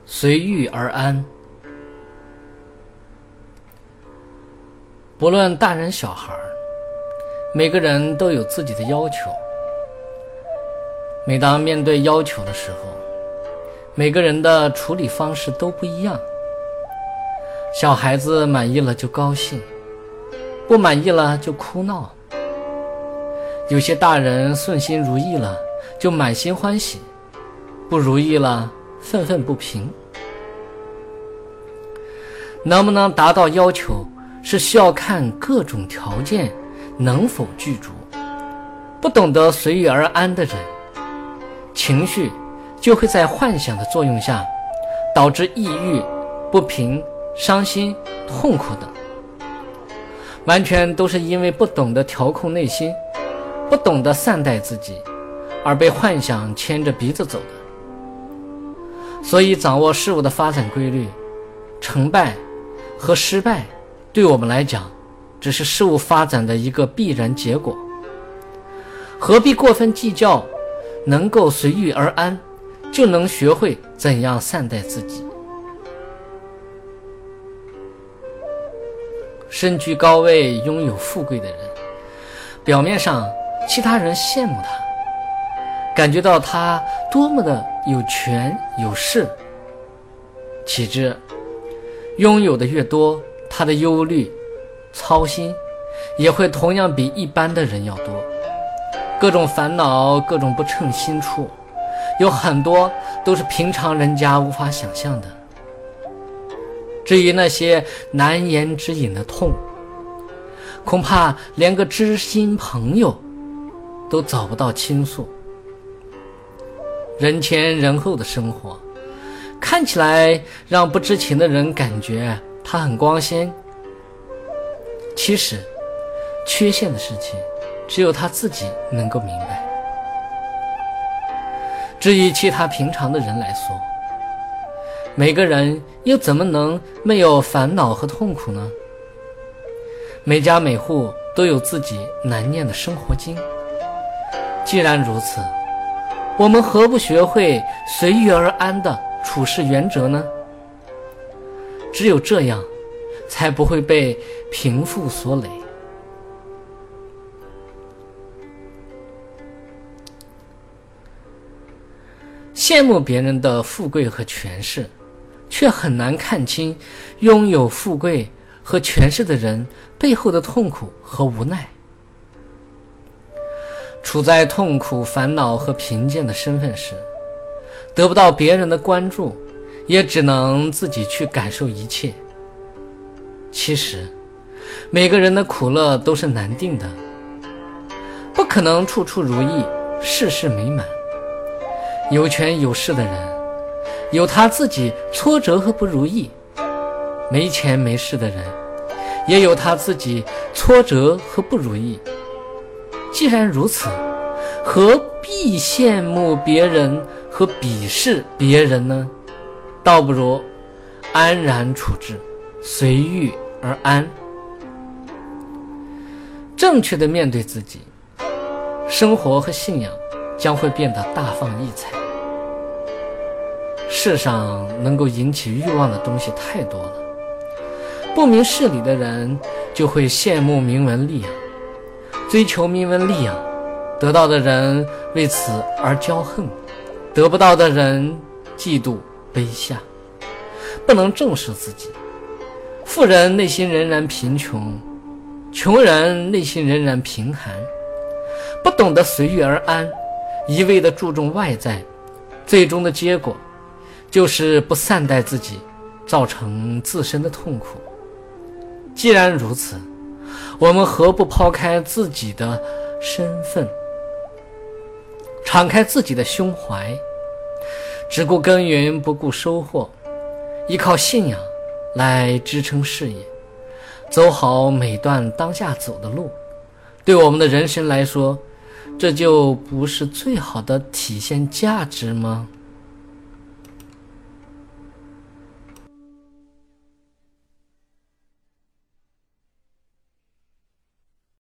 随遇而安。不论大人小孩，每个人都有自己的要求。每当面对要求的时候，每个人的处理方式都不一样。小孩子满意了就高兴，不满意了就哭闹。有些大人顺心如意了就满心欢喜，不如意了愤愤不平。能不能达到要求，是需要看各种条件能否具足。不懂得随遇而安的人，情绪就会在幻想的作用下，导致抑郁、不平、伤心、痛苦等，完全都是因为不懂得调控内心，不懂得善待自己，而被幻想牵着鼻子走的。所以掌握事物的发展规律，成败和失败对我们来讲只是事物发展的一个必然结果，何必过分计较？能够随遇而安，就能学会怎样善待自己。身居高位拥有富贵的人，表面上其他人羡慕他，感觉到他多么的有权有势，岂知拥有的越多，他的忧虑操心也会同样比一般的人要多。各种烦恼，各种不称心处，有很多都是平常人家无法想象的。至于那些难言之隐的痛，恐怕连个知心朋友都找不到倾诉。人前人后的生活，看起来让不知情的人感觉他很光鲜，其实缺陷的事情只有他自己能够明白。至于其他平常的人来说，每个人又怎么能没有烦恼和痛苦呢？每家每户都有自己难念的生活经。既然如此，我们何不学会随遇而安的处事原则呢？只有这样，才不会被贫富所累。羡慕别人的富贵和权势，却很难看清拥有富贵和权势的人背后的痛苦和无奈。处在痛苦、烦恼和贫贱的身份时，得不到别人的关注，也只能自己去感受一切。其实每个人的苦乐都是难定的，不可能处处如意，事事美满。有权有势的人，有他自己挫折和不如意；没钱没势的人，也有他自己挫折和不如意。既然如此，何必羡慕别人和鄙视别人呢？倒不如安然处之，随遇而安。正确的面对自己，生活和信仰将会变得大放异彩。世上能够引起欲望的东西太多了，不明事理的人就会羡慕名闻利养，追求名闻利养，得到的人为此而骄横，得不到的人嫉妒卑下，不能正视自己。富人内心仍然贫穷，穷人内心仍然贫寒，不懂得随遇而安，一味地注重外在，最终的结果就是不善待自己，造成自身的痛苦。既然如此，我们何不抛开自己的身份，敞开自己的胸怀，只顾耕耘不顾收获，依靠信仰来支撑事业，走好每段当下走的路。对我们的人生来说，这就不是最好的体现价值吗？